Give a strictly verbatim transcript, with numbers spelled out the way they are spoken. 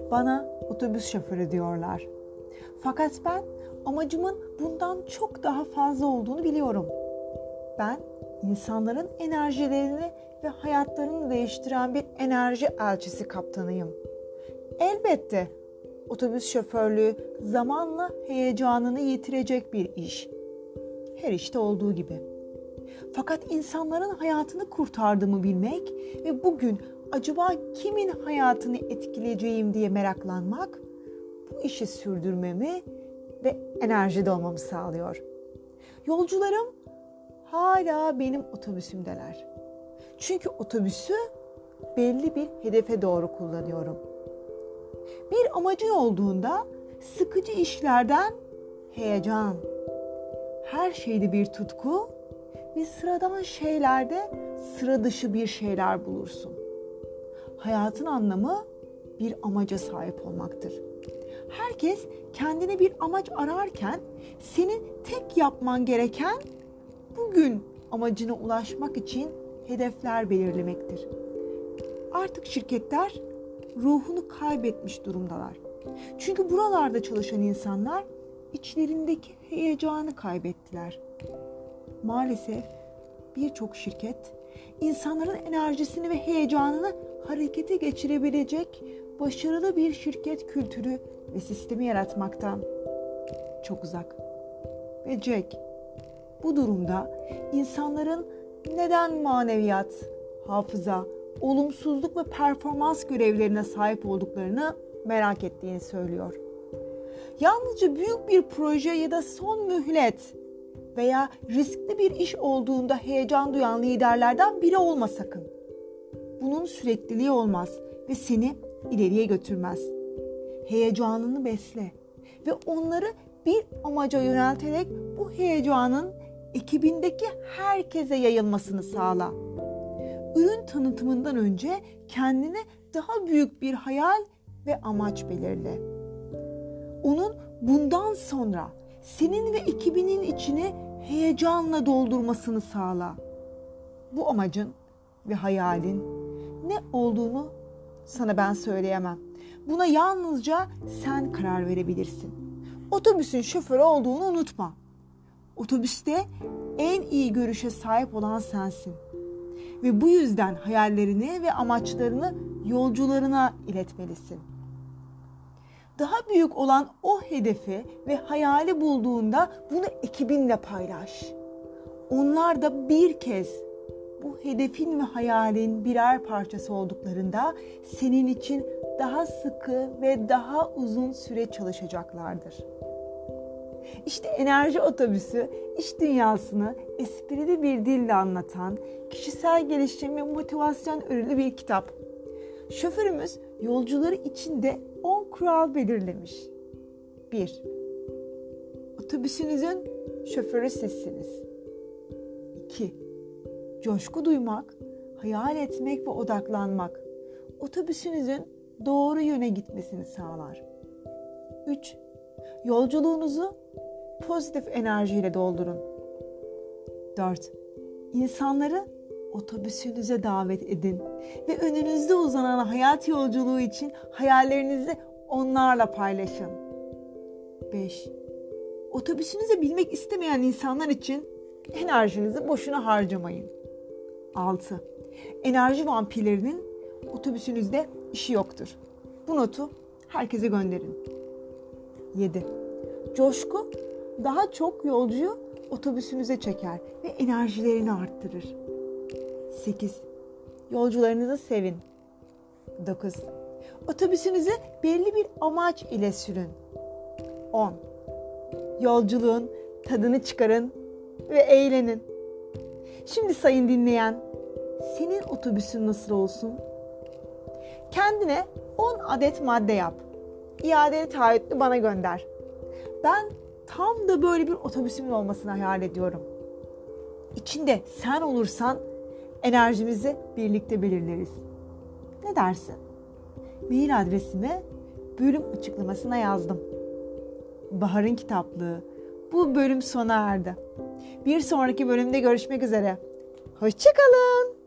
Bana otobüs şoförü diyorlar. Fakat ben amacımın bundan çok daha fazla olduğunu biliyorum. Ben insanların enerjilerini ve hayatlarını değiştiren bir enerji elçisi kaptanıyım. Elbette otobüs şoförlüğü zamanla heyecanını yitirecek bir iş. Her işte olduğu gibi. Fakat insanların hayatını kurtardığımı bilmek ve bugün acaba kimin hayatını etkileyeceğim diye meraklanmak bu işi sürdürmemi ve enerjide olmamı sağlıyor. Yolcularım hala benim otobüsümdeler. Çünkü otobüsü belli bir hedefe doğru kullanıyorum. Bir amacın olduğunda sıkıcı işlerden heyecan, her şeyde bir tutku ve sıradan şeylerde sıra dışı bir şeyler bulursun. Hayatın anlamı bir amaca sahip olmaktır. Herkes kendine bir amaç ararken senin tek yapman gereken bugün amacına ulaşmak için hedefler belirlemektir. Artık şirketler ruhunu kaybetmiş durumdalar. Çünkü buralarda çalışan insanlar içlerindeki heyecanı kaybettiler. Maalesef birçok şirket insanların enerjisini ve heyecanını harekete geçirebilecek başarılı bir şirket kültürü ve sistemi yaratmaktan çok uzak. Ve Jack bu durumda insanların neden maneviyat, hafıza, olumsuzluk ve performans görevlerine sahip olduklarını merak ettiğini söylüyor. Yalnızca büyük bir proje ya da son mühlet veya riskli bir iş olduğunda heyecan duyan liderlerden biri olma sakın. Bunun sürekliliği olmaz ve seni ileriye götürmez. Heyecanını besle ve onları bir amaca yönelterek bu heyecanın ekibindeki herkese yayılmasını sağla. Ürün tanıtımından önce kendine daha büyük bir hayal ve amaç belirle. Onun bundan sonra senin ve ekibinin içini heyecanla doldurmasını sağla. Bu amacın ve hayalin ne olduğunu sana ben söyleyemem. Buna yalnızca sen karar verebilirsin. Otobüsün şoförü olduğunu unutma. Otobüste en iyi görüşe sahip olan sensin. Ve bu yüzden hayallerini ve amaçlarını yolcularına iletmelisin. Daha büyük olan o hedefi ve hayali bulduğunda bunu ekibinle paylaş. Onlar da bir kez bu hedefin ve hayalin birer parçası olduklarında senin için daha sıkı ve daha uzun süre çalışacaklardır. İşte Enerji Otobüsü, iş dünyasını esprili bir dille anlatan, kişisel gelişim ve motivasyon örülü bir kitap. Şoförümüz yolcuları için de on kural belirlemiş. bir. Otobüsünüzün şoförü sizsiniz. iki. Coşku duymak, hayal etmek ve odaklanmak otobüsünüzün doğru yöne gitmesini sağlar. üç. Yolculuğunuzu pozitif enerjiyle doldurun. dört. İnsanları otobüsünüze davet edin ve önünüzde uzanan hayat yolculuğu için hayallerinizi onlarla paylaşın. beş. Otobüsünüze binmek istemeyen insanlar için enerjinizi boşuna harcamayın. altı. Enerji vampirlerinin otobüsünüzde işi yoktur. Bu notu herkese gönderin. yedi. Coşku daha çok yolcuyu otobüsünüze çeker ve enerjilerini arttırır. sekiz. Yolcularınızı sevin. dokuz. Otobüsünüzü belli bir amaç ile sürün. on. Yolculuğun tadını çıkarın ve eğlenin. Şimdi sayın dinleyen, senin otobüsün nasıl olsun? Kendine on adet madde yap. İadeli taahhütlü bana gönder. Ben tam da böyle bir otobüsümün olmasını hayal ediyorum. İçinde sen olursan enerjimizi birlikte belirleriz. Ne dersin? Mail adresime bölüm açıklamasına yazdım. Bahar'ın kitaplığı. Bu bölüm sona erdi. Bir sonraki bölümde görüşmek üzere. Hoşça kalın.